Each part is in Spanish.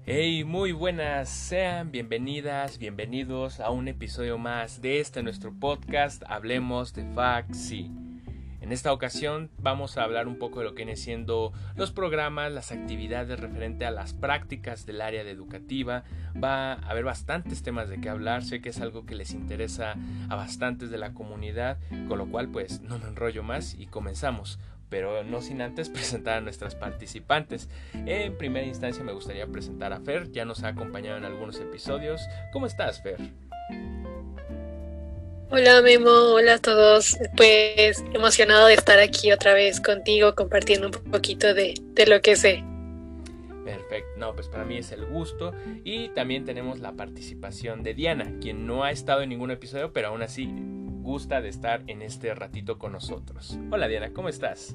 Hey, muy buenas, sean bienvenidas, bienvenidos a un episodio más de nuestro podcast Hablemos de FACSI. En esta ocasión vamos a hablar un poco de lo que viene siendo los programas, las actividades referente a las prácticas del área educativa. Va a haber bastantes temas de qué hablar, sé que es algo que les interesa a bastantes de la comunidad, con lo cual pues no me enrollo más y comenzamos. Pero no sin antes presentar a nuestras participantes. En primera instancia me gustaría presentar a Fer, ya nos ha acompañado en algunos episodios. ¿Cómo estás, Fer? Hola Memo, hola a todos. Pues emocionado de estar aquí otra vez contigo compartiendo un poquito de lo que sé. Perfecto, no, pues para mí es el gusto. Y también tenemos la participación de Diana, quien no ha estado en ningún episodio, pero aún así gusta de estar en este ratito con nosotros. Hola Diana, ¿cómo estás?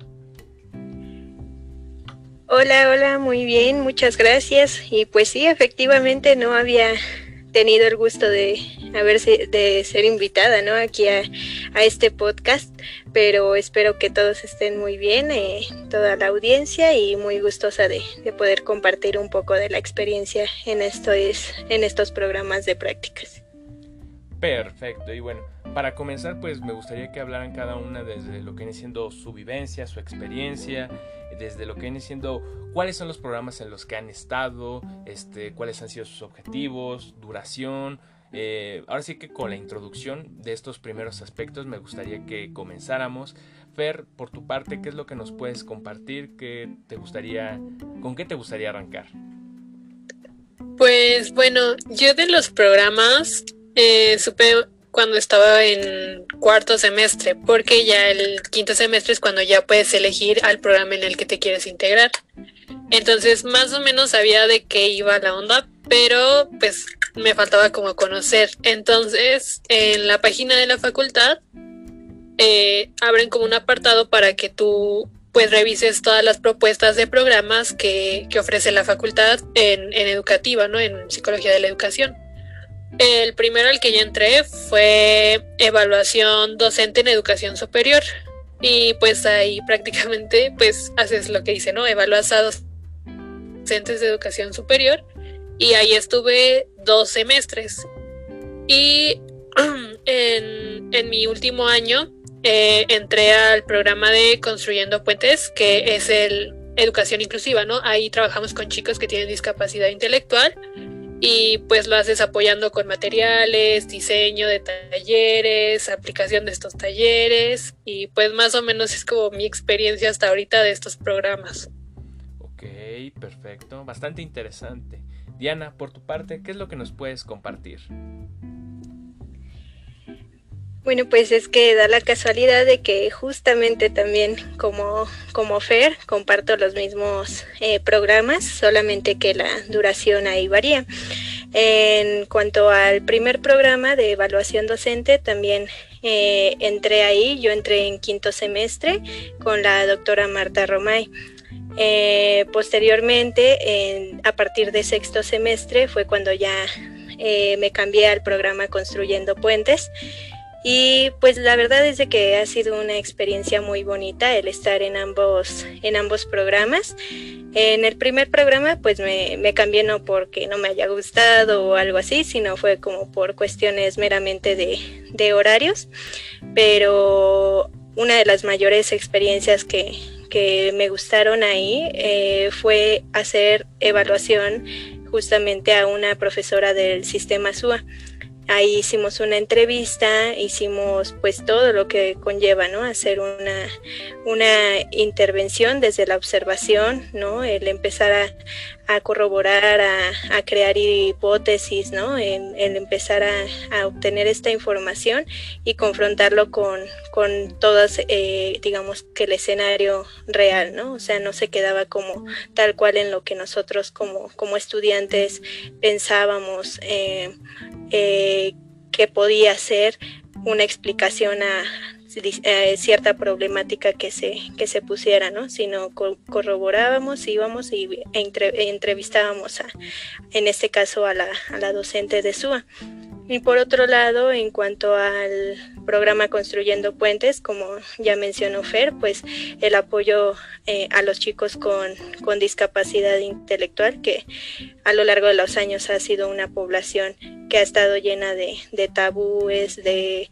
Hola, muy bien, muchas gracias. Y pues sí, efectivamente no había tenido el gusto de ser invitada, ¿no? Aquí a este podcast, pero espero que todos estén muy bien, toda la audiencia, y muy gustosa de poder compartir un poco de la experiencia en estos programas de prácticas. Perfecto, y bueno, para comenzar pues me gustaría que hablaran cada una desde lo que viene siendo su vivencia, su experiencia, desde lo que viene siendo cuáles son los programas en los que han estado, cuáles han sido sus objetivos, duración. Ahora sí que con la introducción de estos primeros aspectos me gustaría que comenzáramos. Fer, por tu parte, ¿qué es lo que nos puedes compartir? ¿Con qué te gustaría arrancar? Pues bueno, yo de los programas supe cuando estaba en cuarto semestre, porque ya el quinto semestre es cuando ya puedes elegir al programa en el que te quieres integrar. Entonces más o menos sabía de qué iba la onda, pero pues me faltaba como conocer. Entonces en la página de la facultad abren como un apartado para que tú pues revises todas las propuestas de programas que ofrece la facultad en educativa, ¿no? En psicología de la educación. El primero al que yo entré fue evaluación docente en educación superior, y pues ahí prácticamente pues haces lo que dice, ¿no? Evalúas a docentes de educación superior, y ahí estuve 2 semestres. Y en mi último año entré al programa de Construyendo Puentes, que es el educación inclusiva, ¿no? Ahí trabajamos con chicos que tienen discapacidad intelectual, y pues lo haces apoyando con materiales, diseño de talleres, aplicación de estos talleres, y pues más o menos es como mi experiencia hasta ahorita de estos programas. Ok, perfecto, bastante interesante. Diana, por tu parte, ¿qué es lo que nos puedes compartir? Bueno, pues es que da la casualidad de que justamente también como Fer comparto los mismos programas, solamente que la duración ahí varía. En cuanto al primer programa de evaluación docente, también entré ahí. Yo entré en quinto semestre con la doctora Marta Romay. Posteriormente, a partir de sexto semestre, fue cuando ya me cambié al programa Construyendo Puentes. Y pues la verdad es de que ha sido una experiencia muy bonita el estar en ambos programas. En el primer programa pues me cambié no porque no me haya gustado o algo así, sino fue como por cuestiones meramente de horarios. Pero una de las mayores experiencias que me gustaron ahí fue hacer evaluación justamente a una profesora del sistema SUA. Ahí hicimos una entrevista, hicimos pues todo lo que conlleva, ¿no? Hacer una intervención desde la observación, ¿no? El empezar a corroborar, a crear hipótesis, ¿no? El empezar a obtener esta información y confrontarlo con todas, digamos que el escenario real, ¿no? O sea, no se quedaba como tal cual en lo que nosotros como estudiantes pensábamos que podía ser una explicación a cierta problemática que se pusiera, ¿no? Sino corroborábamos, íbamos y entrevistábamos en este caso a la docente de SUA. Y por otro lado, en cuanto al programa Construyendo Puentes, como ya mencionó Fer, pues el apoyo a los chicos con discapacidad intelectual, que a lo largo de los años ha sido una población que ha estado llena de tabúes, de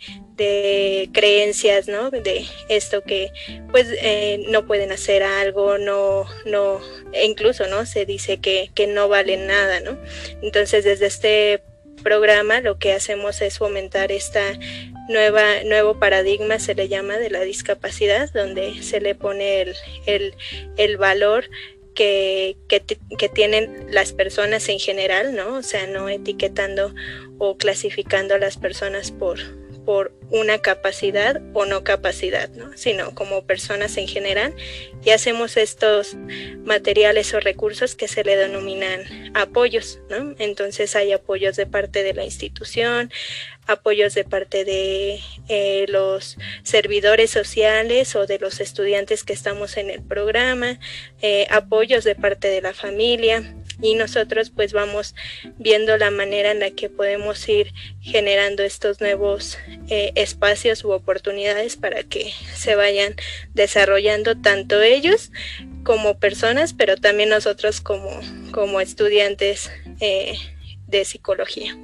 creencias, ¿no? De esto que pues no pueden hacer algo, no, e incluso, ¿no? Se dice que no valen nada, ¿no? Entonces, desde este programa lo que hacemos es fomentar esta nuevo paradigma, se le llama, de la discapacidad, donde se le pone el valor que tienen las personas en general, ¿no? O sea, no etiquetando o clasificando a las personas por una capacidad o no capacidad, ¿no? Sino como personas en general, y hacemos estos materiales o recursos que se le denominan apoyos, ¿no? Entonces hay apoyos de parte de la institución, apoyos de parte de los servidores sociales o de los estudiantes que estamos en el programa, apoyos de parte de la familia, y nosotros pues vamos viendo la manera en la que podemos ir generando estos nuevos espacios u oportunidades para que se vayan desarrollando tanto ellos como personas, pero también nosotros como estudiantes de psicología.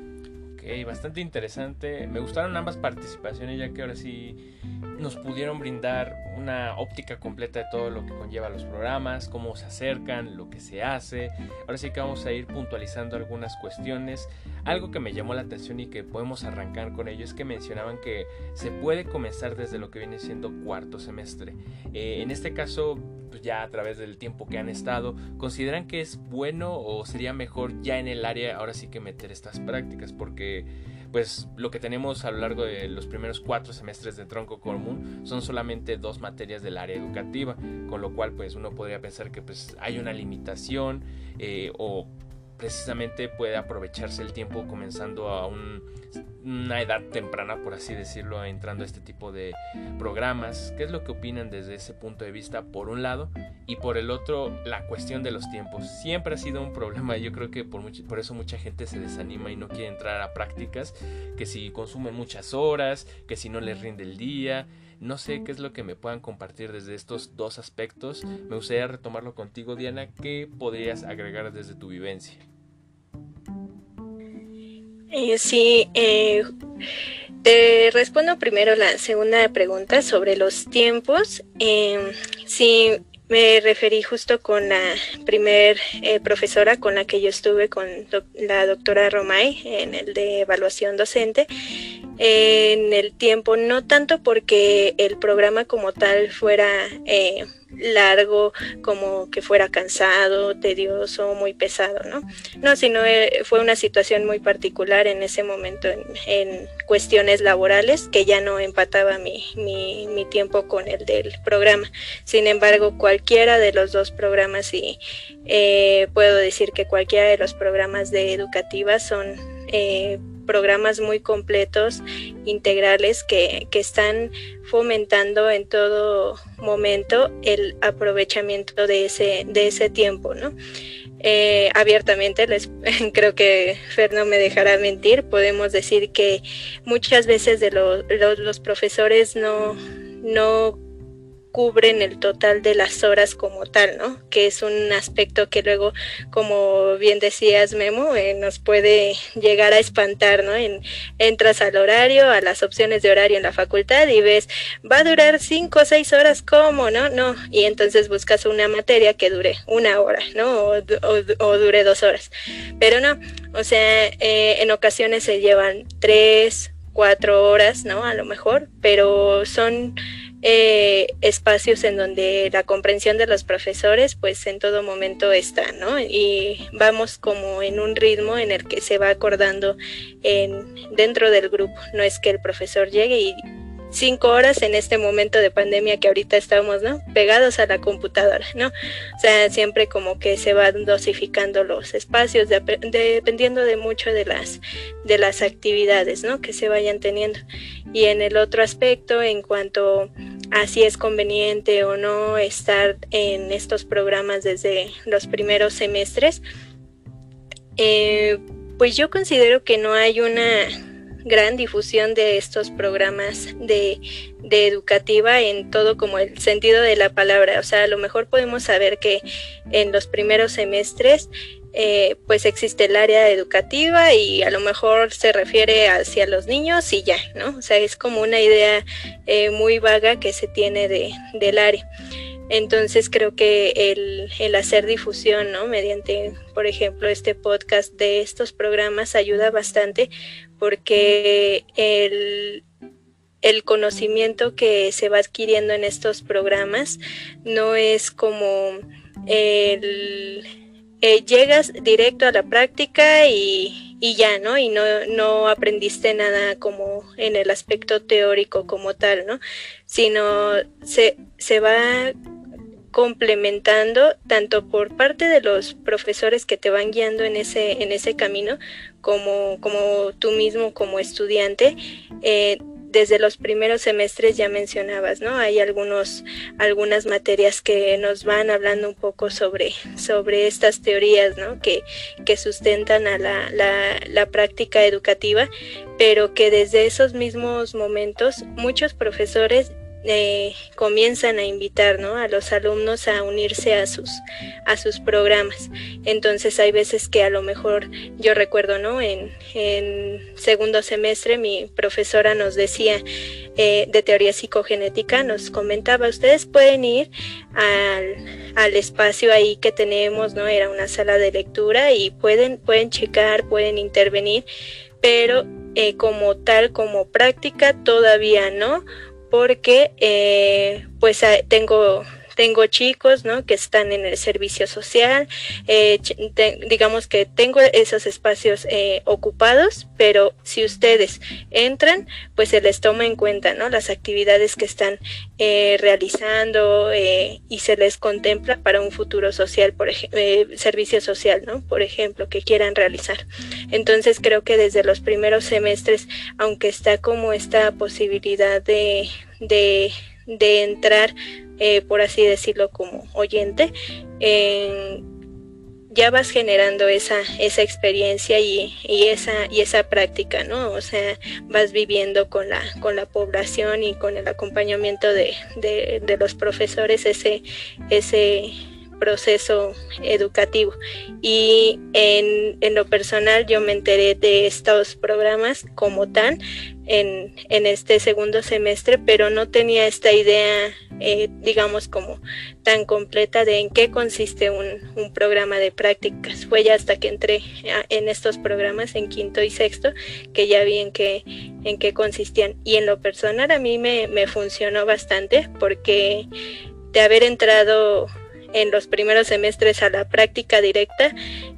Ok, bastante interesante. Me gustaron ambas participaciones, ya que ahora sí nos pudieron brindar una óptica completa de todo lo que conlleva los programas, cómo se acercan, lo que se hace. Ahora sí que vamos a ir puntualizando algunas cuestiones. Algo que me llamó la atención y que podemos arrancar con ello es que mencionaban que se puede comenzar desde lo que viene siendo cuarto semestre. En este caso, pues ya a través del tiempo que han estado, ¿consideran que es bueno o sería mejor ya en el área ahora sí que meter estas prácticas? Porque pues lo que tenemos a lo largo de los primeros 4 semestres de tronco común son solamente 2 materias del área educativa, con lo cual pues uno podría pensar que pues hay una limitación o precisamente puede aprovecharse el tiempo comenzando a una edad temprana, por así decirlo, entrando a este tipo de programas. ¿Qué es lo que opinan desde ese punto de vista, por un lado? Y por el otro, la cuestión de los tiempos. Siempre ha sido un problema. Yo creo que por eso mucha gente se desanima y no quiere entrar a prácticas, que si consumen muchas horas, que si no les rinde el día. No sé qué es lo que me puedan compartir desde estos dos aspectos. Me gustaría retomarlo contigo, Diana. ¿Qué podrías agregar desde tu vivencia? Sí, te respondo primero la segunda pregunta sobre los tiempos. Sí, me referí justo con la primer profesora con la que yo estuve, con la doctora Romay, en el de evaluación docente. En el tiempo, no tanto porque el programa como tal fuera largo, como que fuera cansado, tedioso, muy pesado, no, sino fue una situación muy particular en ese momento en cuestiones laborales, que ya no empataba mi tiempo con el del programa. Sin embargo, cualquiera de los dos programas, y puedo decir que cualquiera de los programas de educativa son programas muy completos, integrales, que están fomentando en todo momento el aprovechamiento de ese tiempo, ¿no? Abiertamente, creo que Fer no me dejará mentir, podemos decir que muchas veces los profesores no cubren el total de las horas como tal, ¿no? Que es un aspecto que luego, como bien decías, Memo, nos puede llegar a espantar, ¿no? Entras al horario, a las opciones de horario en la facultad y ves, va a durar 5 o 6 horas, ¿cómo, no? No, y entonces buscas una materia que dure 1 hora, ¿no? O dure 2 horas, pero no, o sea, en ocasiones se llevan 3, 4 horas, ¿no? A lo mejor, pero son espacios en donde la comprensión de los profesores pues en todo momento está, ¿no? Y vamos como en un ritmo en el que se va acordando dentro del grupo. No es que el profesor llegue y 5 horas en este momento de pandemia que ahorita estamos, ¿no? Pegados a la computadora, ¿no? O sea, siempre como que se van dosificando los espacios dependiendo de mucho de las actividades, ¿no? Que se vayan teniendo. Y en el otro aspecto, en cuanto a si es conveniente o no estar en estos programas desde los primeros semestres, pues yo considero que no hay gran difusión de estos programas de educativa en todo como el sentido de la palabra. O sea, a lo mejor podemos saber que en los primeros semestres pues existe el área educativa y a lo mejor se refiere hacia los niños y ya, ¿no? O sea, es como una idea muy vaga que se tiene del área. Entonces creo que el hacer difusión, ¿no? Mediante, por ejemplo, este podcast de estos programas ayuda bastante, porque el conocimiento que se va adquiriendo en estos programas no es como llegas directo a la práctica y ya, ¿no? Y no aprendiste nada como en el aspecto teórico como tal, ¿no? Sino se va complementando tanto por parte de los profesores que te van guiando en ese camino, como tú mismo como estudiante. Desde los primeros semestres ya mencionabas, ¿no? Hay algunas materias que nos van hablando un poco sobre estas teorías, ¿no? Que sustentan a la práctica educativa, pero que desde esos mismos momentos muchos profesores comienzan a invitar, ¿no? A los alumnos a unirse a sus programas. Entonces hay veces que a lo mejor yo recuerdo, ¿no? En segundo semestre mi profesora nos decía de teoría psicogenética, nos comentaba, ustedes pueden ir al espacio ahí que tenemos, ¿no? Era una sala de lectura y pueden checar, pueden intervenir, pero como tal, como práctica todavía no, porque pues tengo chicos, ¿no? Que están en el servicio social, digamos que tengo esos espacios ocupados, pero si ustedes entran, pues se les toma en cuenta, ¿no? Las actividades que están realizando y se les contempla para un futuro social, por servicio social, ¿no? Por ejemplo, que quieran realizar. Entonces creo que desde los primeros semestres, aunque está como esta posibilidad de entrar, por así decirlo, como oyente, ya vas generando esa experiencia y esa práctica, ¿no? O sea, vas viviendo con la población y con el acompañamiento de los profesores ese proceso educativo. Y en lo personal yo me enteré de estos programas como tal en este segundo semestre, pero no tenía esta idea, digamos, como tan completa de en qué consiste un programa de prácticas. Fue ya hasta que entré en estos programas en quinto y sexto que ya vi en qué consistían. Y en lo personal a mí me funcionó bastante, porque de haber entrado en los primeros semestres a la práctica directa,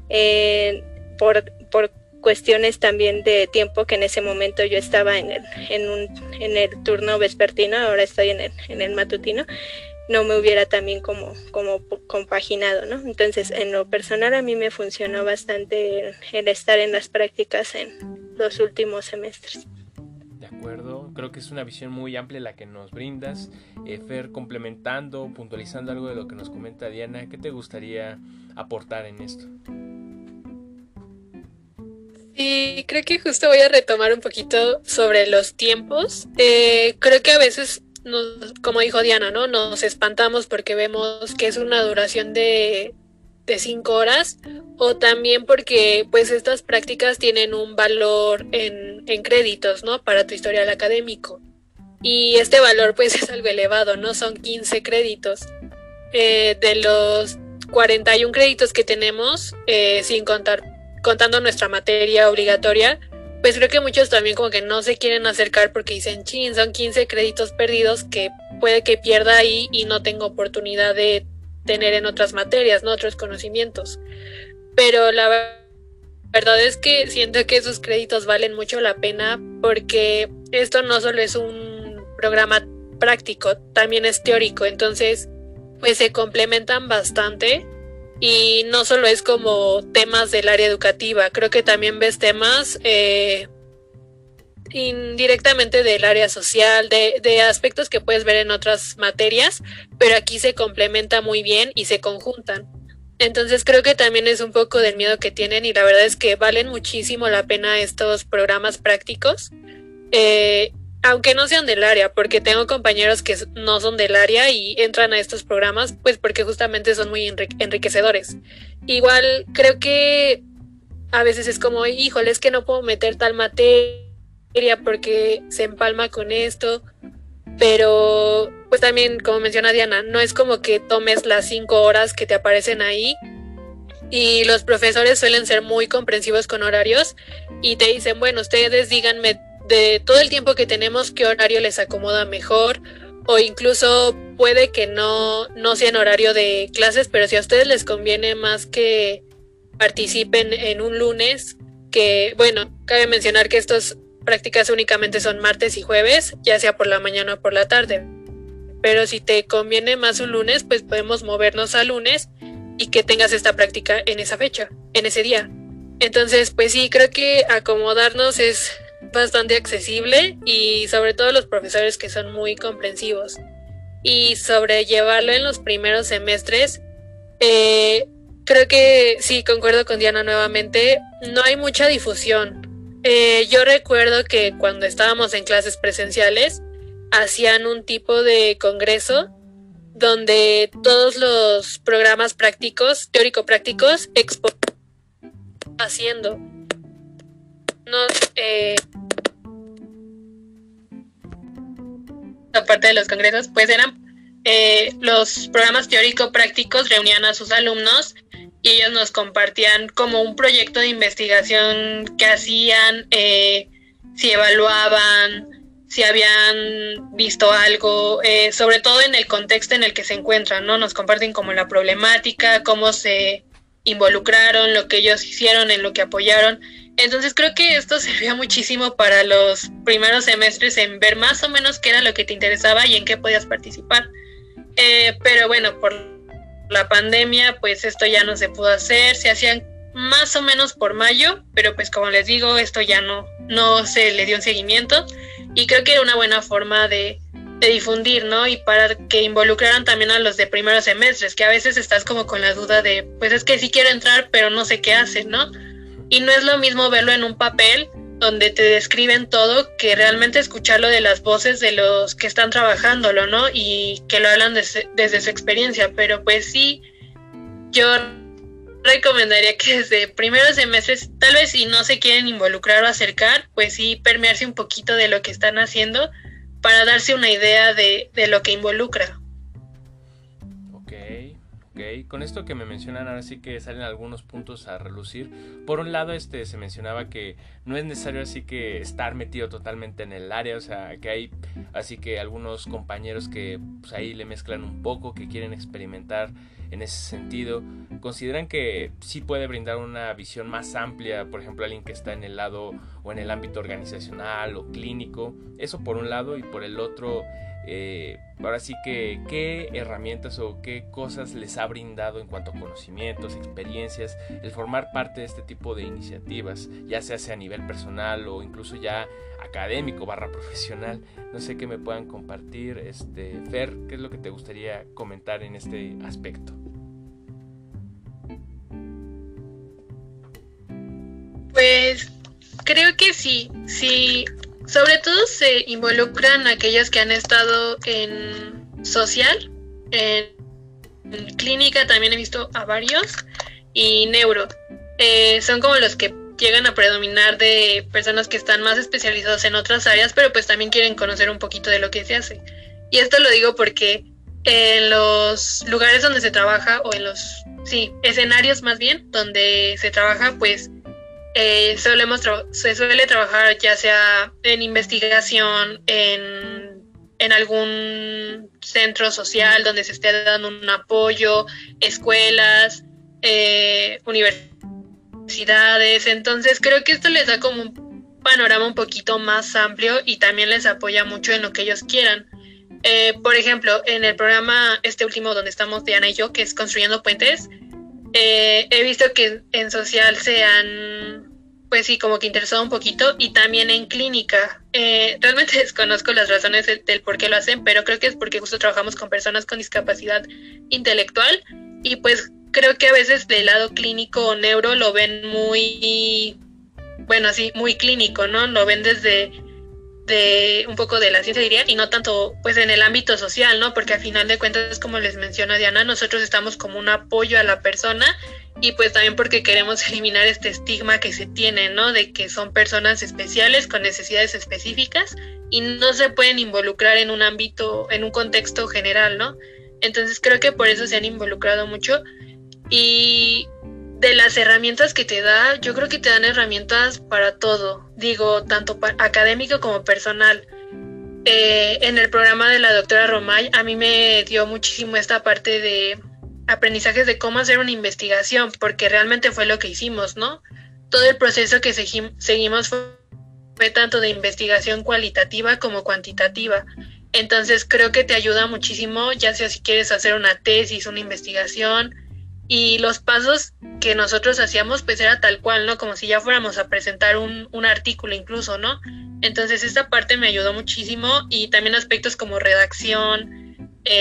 por cuestiones también de tiempo, que en ese momento yo estaba en el turno vespertino, ahora estoy en el matutino, no me hubiera también como compaginado, ¿no? Entonces, en lo personal a mí me funcionó bastante el estar en las prácticas en los últimos semestres. De acuerdo, creo que es una visión muy amplia la que nos brindas. Fer, complementando, puntualizando algo de lo que nos comenta Diana, ¿qué te gustaría aportar en esto? Sí, creo que justo voy a retomar un poquito sobre los tiempos. Creo que a veces, como dijo Diana, ¿no? Nos espantamos porque vemos que es una duración de 5 horas, o también porque pues estas prácticas tienen un valor en créditos, ¿no? Para tu historial académico. Y este valor pues es algo elevado, ¿no? Son 15 créditos. De los 41 créditos que tenemos, contando nuestra materia obligatoria, pues creo que muchos también como que no se quieren acercar porque dicen, chin, son 15 créditos perdidos que puede que pierda ahí y no tengo oportunidad de tener en otras materias, ¿no? Otros conocimientos. Pero la verdad es que siento que esos créditos valen mucho la pena, porque esto no solo es un programa práctico, también es teórico, entonces pues se complementan bastante. Y no solo es como temas del área educativa, creo que también ves temas indirectamente del área social, de aspectos que puedes ver en otras materias, pero aquí se complementa muy bien y se conjuntan. Entonces creo que también es un poco del miedo que tienen y la verdad es que valen muchísimo la pena estos programas prácticos, aunque no sean del área, porque tengo compañeros que no son del área y entran a estos programas pues porque justamente son muy enriquecedores. Igual creo que a veces es como, híjole, es que no puedo meter tal materia porque se empalma con esto, pero pues también, como menciona Diana, no es como que tomes las 5 horas que te aparecen ahí y los profesores suelen ser muy comprensivos con horarios y te dicen, bueno, ustedes díganme de todo el tiempo que tenemos qué horario les acomoda mejor, o incluso puede que no sea en horario de clases, pero si a ustedes les conviene más que participen en un lunes, que bueno, cabe mencionar que estas prácticas únicamente son martes y jueves, ya sea por la mañana o por la tarde, pero si te conviene más un lunes, pues podemos movernos a lunes y que tengas esta práctica en esa fecha, en ese día. Entonces, pues sí, creo que acomodarnos es bastante accesible y sobre todo los profesores que son muy comprensivos. Y sobrellevarlo en los primeros semestres, creo que sí, concuerdo con Diana nuevamente, no hay mucha difusión. Yo recuerdo que cuando estábamos en clases presenciales, hacían un tipo de congreso donde todos los programas prácticos, teórico-prácticos, haciendo. Aparte de los congresos, pues eran los programas teórico-prácticos reunían a sus alumnos y ellos nos compartían como un proyecto de investigación que hacían, si evaluaban, si habían visto algo, sobre todo en el contexto en el que se encuentran, ¿no? Nos comparten como la problemática, cómo se involucraron, lo que ellos hicieron, en lo que apoyaron. Entonces creo que esto servía muchísimo para los primeros semestres en ver más o menos qué era lo que te interesaba y en qué podías participar. Pero bueno, por la pandemia, pues esto ya no se pudo hacer, se hacían más o menos por mayo, pero pues como les digo, esto ya no se le dio un seguimiento y creo que era una buena forma de difundir, ¿no? Y para que involucraran también a los de primeros semestres, que a veces estás como con la duda de, pues es que sí quiero entrar, pero no sé qué hacen, ¿no? Y no es lo mismo verlo en un papel donde te describen todo que realmente escucharlo de las voces de los que están trabajándolo, ¿no? Y que lo hablan desde su experiencia, pero pues sí, yo recomendaría que desde primeros semestres, tal vez si no se quieren involucrar o acercar, pues sí permearse un poquito de lo que están haciendo para darse una idea de lo que involucra. Ok. Con esto que me mencionan ahora sí que salen algunos puntos a relucir. Por un lado se mencionaba que no es necesario así que estar metido totalmente en el área, o sea que hay así que algunos compañeros que pues ahí le mezclan un poco, que quieren experimentar en ese sentido, consideran que sí puede brindar una visión más amplia, por ejemplo alguien que está en el lado o en el ámbito organizacional o clínico, eso por un lado, y por el otro ahora sí que qué herramientas o qué cosas les ha brindado en cuanto a conocimientos, experiencias, el formar parte de este tipo de iniciativas, ya sea a nivel personal o incluso ya académico / profesional. No sé qué me puedan compartir. Fer, ¿qué es lo que te gustaría comentar en este aspecto? Pues creo que sí. Sobre todo se involucran aquellos que han estado en social, en clínica también he visto a varios, y neuro. Son como los que llegan a predominar de personas que están más especializados en otras áreas, pero pues también quieren conocer un poquito de lo que se hace. Y esto lo digo porque en los lugares donde se trabaja, o en los escenarios más bien, donde se trabaja, pues se suele trabajar ya sea en investigación, en algún centro social donde se esté dando un apoyo, escuelas, universidades. Entonces creo que esto les da como un panorama un poquito más amplio y también les apoya mucho en lo que ellos quieran. Por ejemplo, en el programa último donde estamos Diana y yo, que es Construyendo Puentes, he visto que en social se han, pues sí, como que interesado un poquito, y también en clínica. Realmente desconozco las razones del por qué lo hacen, pero creo que es porque justo trabajamos con personas con discapacidad intelectual, y pues creo que a veces del lado clínico o neuro lo ven muy, bueno, sí, muy clínico, ¿no? Lo ven desde un poco de la ciencia, diría, y no tanto pues en el ámbito social, ¿no? Porque al final de cuentas, como les menciona Diana, nosotros estamos como un apoyo a la persona y pues también porque queremos eliminar este estigma que se tiene, ¿no? De que son personas especiales con necesidades específicas y no se pueden involucrar en un ámbito, en un contexto general, ¿no? Entonces creo que por eso se han involucrado mucho y de las herramientas que te da, yo creo que te dan herramientas para todo, digo, tanto académico como personal. En el programa de la doctora Romay, a mí me dio muchísimo esta parte de aprendizajes de cómo hacer una investigación, porque realmente fue lo que hicimos, ¿no? Todo el proceso que seguimos fue tanto de investigación cualitativa como cuantitativa. Entonces creo que te ayuda muchísimo, ya sea si quieres hacer una tesis, una investigación, y los pasos que nosotros hacíamos pues era tal cual, ¿no? Como si ya fuéramos a presentar un artículo incluso, ¿no? Entonces esta parte me ayudó muchísimo y también aspectos como redacción,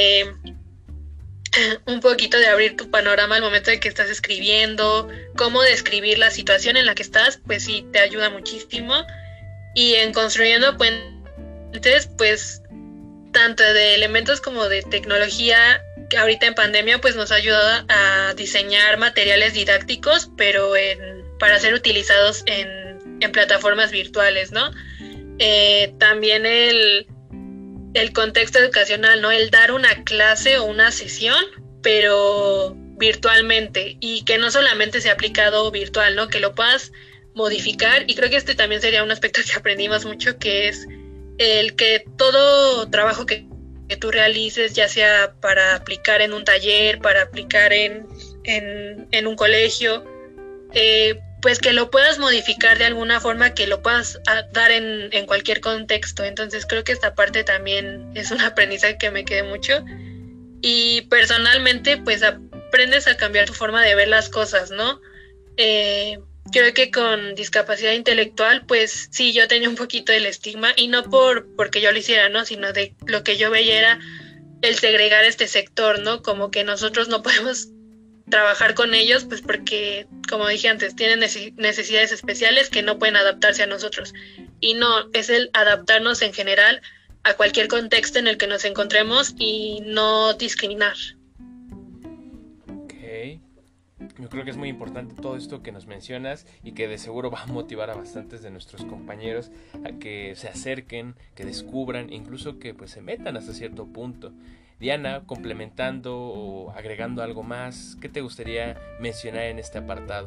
un poquito de abrir tu panorama al momento de que estás escribiendo, cómo describir la situación en la que estás, pues sí, te ayuda muchísimo. Y en construyendo puentes, pues tanto de elementos como de tecnología, que ahorita en pandemia pues nos ha ayudado a diseñar materiales didácticos, pero para ser utilizados en plataformas virtuales, ¿no? También el contexto educacional, ¿no? El dar una clase o una sesión, pero virtualmente, y que no solamente sea aplicado virtual, ¿no? Que lo puedas modificar, y creo que este también sería un aspecto que aprendimos mucho, que es el que todo trabajo que tú realices, ya sea para aplicar en un taller, para aplicar en un colegio, pues que lo puedas modificar de alguna forma, que lo puedas dar en cualquier contexto. Entonces creo que esta parte también es un aprendizaje que me quedé mucho. Y personalmente pues aprendes a cambiar tu forma de ver las cosas, ¿no? Creo que con discapacidad intelectual pues sí, yo tenía un poquito del estigma, y no porque yo lo hiciera, ¿no? Sino de lo que yo veía era el segregar este sector, ¿no? Como que nosotros no podemos trabajar con ellos, pues porque, como dije antes, tienen necesidades especiales que no pueden adaptarse a nosotros. Y no, es el adaptarnos en general a cualquier contexto en el que nos encontremos y no discriminar. Ok. Yo creo que es muy importante todo esto que nos mencionas y que de seguro va a motivar a bastantes de nuestros compañeros a que se acerquen, que descubran, incluso que pues se metan hasta cierto punto. Diana, complementando o agregando algo más, ¿qué te gustaría mencionar en este apartado?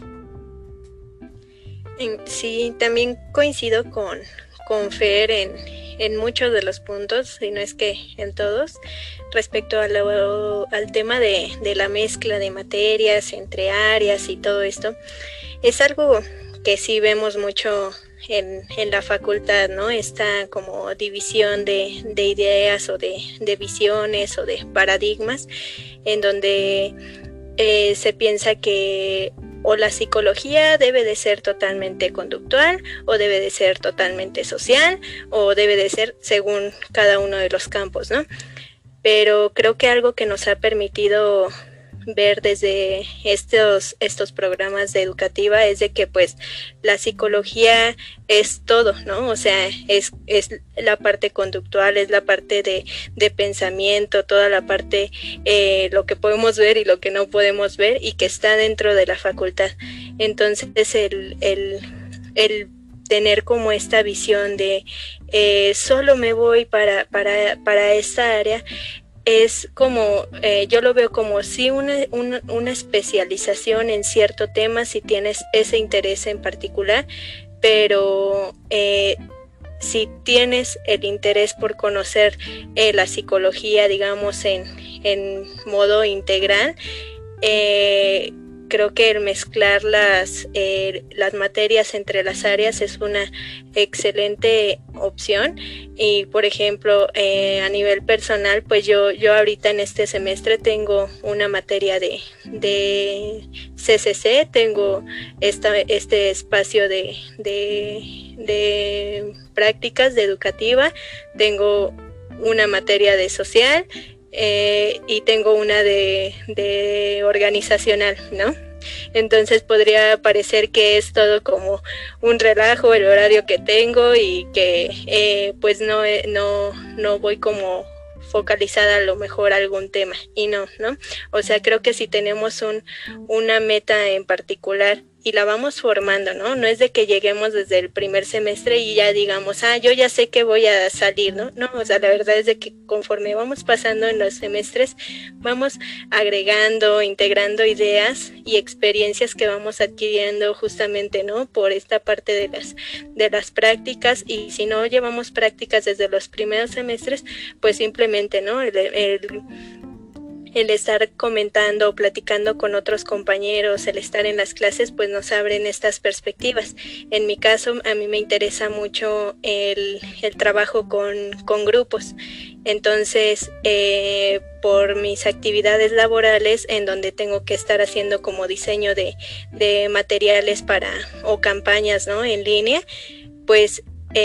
Sí, también coincido con Fer en muchos de los puntos, si no es que en todos, respecto al tema de la mezcla de materias entre áreas y todo esto. Es algo que sí vemos mucho en la facultad, ¿no? Esta como división de ideas o de visiones o de paradigmas, en donde se piensa que o la psicología debe de ser totalmente conductual, o debe de ser totalmente social, o debe de ser según cada uno de los campos, ¿no? Pero creo que algo que nos ha permitido ver desde estos programas de educativa es de que pues la psicología es todo, ¿no? O sea, es la parte conductual, es la parte de pensamiento, toda la parte, lo que podemos ver y lo que no podemos ver, y que está dentro de la facultad. Entonces el tener como esta visión de solo me voy para esta área, es como, yo lo veo como si una especialización en cierto tema, si tienes ese interés en particular, pero si tienes el interés por conocer la psicología, digamos, en modo integral, creo que el mezclar las materias entre las áreas es una excelente opción. Y por ejemplo, a nivel personal, pues yo ahorita en este semestre tengo una materia de CCC, tengo este espacio de prácticas de educativa, tengo una materia de social, y tengo una de organizacional, ¿no? Entonces podría parecer que es todo como un relajo el horario que tengo y que pues no voy como focalizada a lo mejor a algún tema, y no, o sea, creo que si tenemos una meta en particular y la vamos formando, no es de que lleguemos desde el primer semestre y ya digamos, yo ya sé que voy a salir, no, o sea, la verdad es de que conforme vamos pasando en los semestres, vamos agregando, integrando ideas y experiencias que vamos adquiriendo justamente, ¿no? Por esta parte de las prácticas, y si no llevamos prácticas desde los primeros semestres, pues simplemente, ¿no? El estar comentando o platicando con otros compañeros, el estar en las clases, pues nos abren estas perspectivas. En mi caso, a mí me interesa mucho el trabajo con grupos. Entonces, por mis actividades laborales, en donde tengo que estar haciendo como diseño de materiales o campañas, ¿no? En línea, pues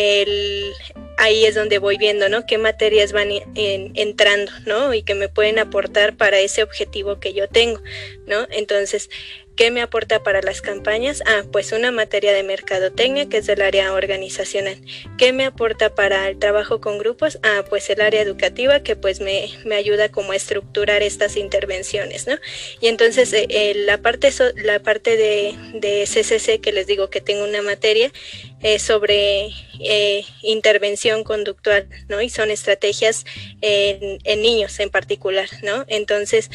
ahí es donde voy viendo, ¿no? Qué materias van entrando, ¿no? Y que me pueden aportar para ese objetivo que yo tengo, ¿no? Entonces, ¿qué me aporta para las campañas? Pues una materia de mercadotecnia, que es del área organizacional. ¿Qué me aporta para el trabajo con grupos? Pues el área educativa, que pues me ayuda como a estructurar estas intervenciones, ¿no? Y entonces la parte de CCC, que les digo que tengo una materia, sobre intervención conductual, ¿no? Y son estrategias en niños en particular, ¿no? Entonces,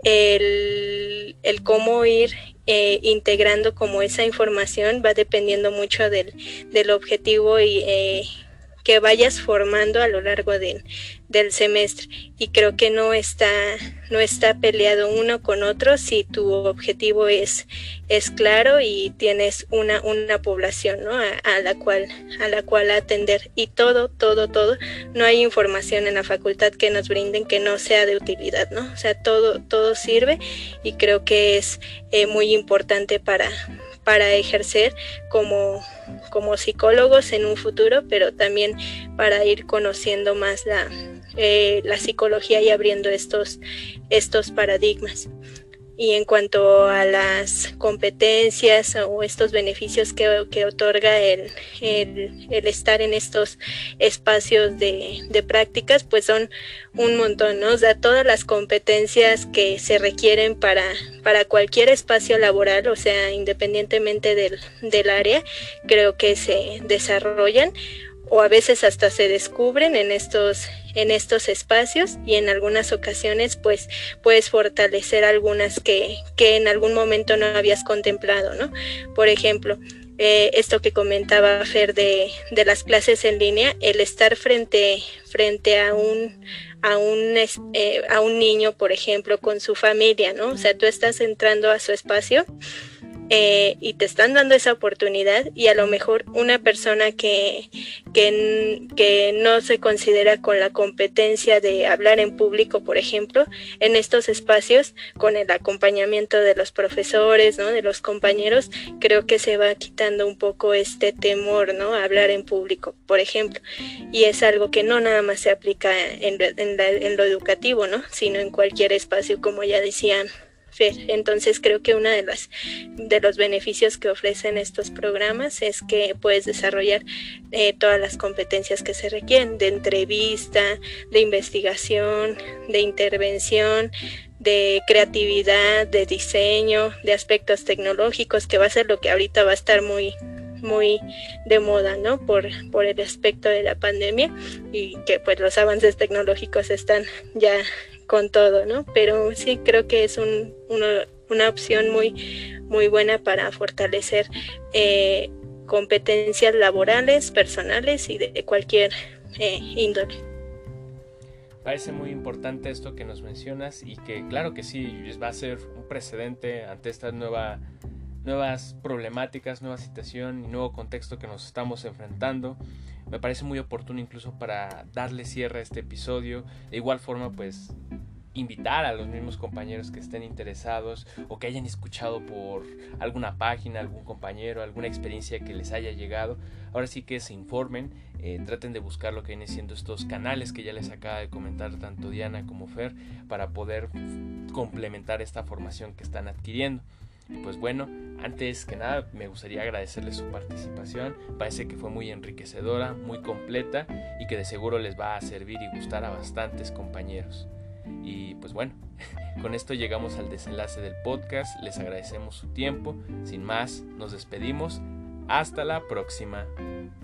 el cómo ir integrando como esa información va dependiendo mucho del objetivo y que vayas formando a lo largo del semestre, y creo que no está peleado uno con otro si tu objetivo es claro y tienes una población, ¿no? a la cual atender, y todo, no hay información en la facultad que nos brinden que no sea de utilidad, ¿no? O sea, todo sirve, y creo que es muy importante para ejercer como psicólogos en un futuro, pero también para ir conociendo más la psicología y abriendo estos paradigmas. Y en cuanto a las competencias o estos beneficios que otorga el estar en estos espacios de prácticas, pues son un montón, ¿no? O sea, todas las competencias que se requieren para cualquier espacio laboral, o sea, independientemente del área, creo que se desarrollan, o a veces hasta se descubren en estos espacios, y en algunas ocasiones pues puedes fortalecer algunas que en algún momento no habías contemplado, ¿no? Por ejemplo, esto que comentaba Fer de las clases en línea, el estar frente a un niño, por ejemplo, con su familia, ¿no? O sea, tú estás entrando a su espacio y te están dando esa oportunidad, y a lo mejor una persona que no se considera con la competencia de hablar en público, por ejemplo, en estos espacios, con el acompañamiento de los profesores, ¿no? De los compañeros, creo que se va quitando un poco este temor, ¿no? A hablar en público, por ejemplo, y es algo que no nada más se aplica en lo educativo, ¿no? Sino en cualquier espacio, como ya decían Fer. Entonces creo que uno de los beneficios que ofrecen estos programas es que puedes desarrollar todas las competencias que se requieren, de entrevista, de investigación, de intervención, de creatividad, de diseño, de aspectos tecnológicos, que va a ser lo que ahorita va a estar muy de moda, ¿no? Por el aspecto de la pandemia, y que pues los avances tecnológicos están ya con todo, ¿no? Pero sí creo que es una opción muy buena para fortalecer competencias laborales, personales y de cualquier índole. Parece muy importante esto que nos mencionas, y que claro que sí, va a ser un precedente ante estas nuevas problemáticas, nueva situación y nuevo contexto que nos estamos enfrentando. Me parece muy oportuno incluso para darle cierre a este episodio. De igual forma, pues invitar a los mismos compañeros que estén interesados o que hayan escuchado por alguna página, algún compañero, alguna experiencia que les haya llegado. Ahora sí que se informen, traten de buscar lo que vienen siendo estos canales que ya les acaba de comentar tanto Diana como Fer, para poder complementar esta formación que están adquiriendo. Pues bueno, antes que nada me gustaría agradecerles su participación. Parece que fue muy enriquecedora, muy completa y que de seguro les va a servir y gustar a bastantes compañeros. Y pues bueno, con esto llegamos al desenlace del podcast. Les agradecemos su tiempo. Sin más, nos despedimos. Hasta la próxima.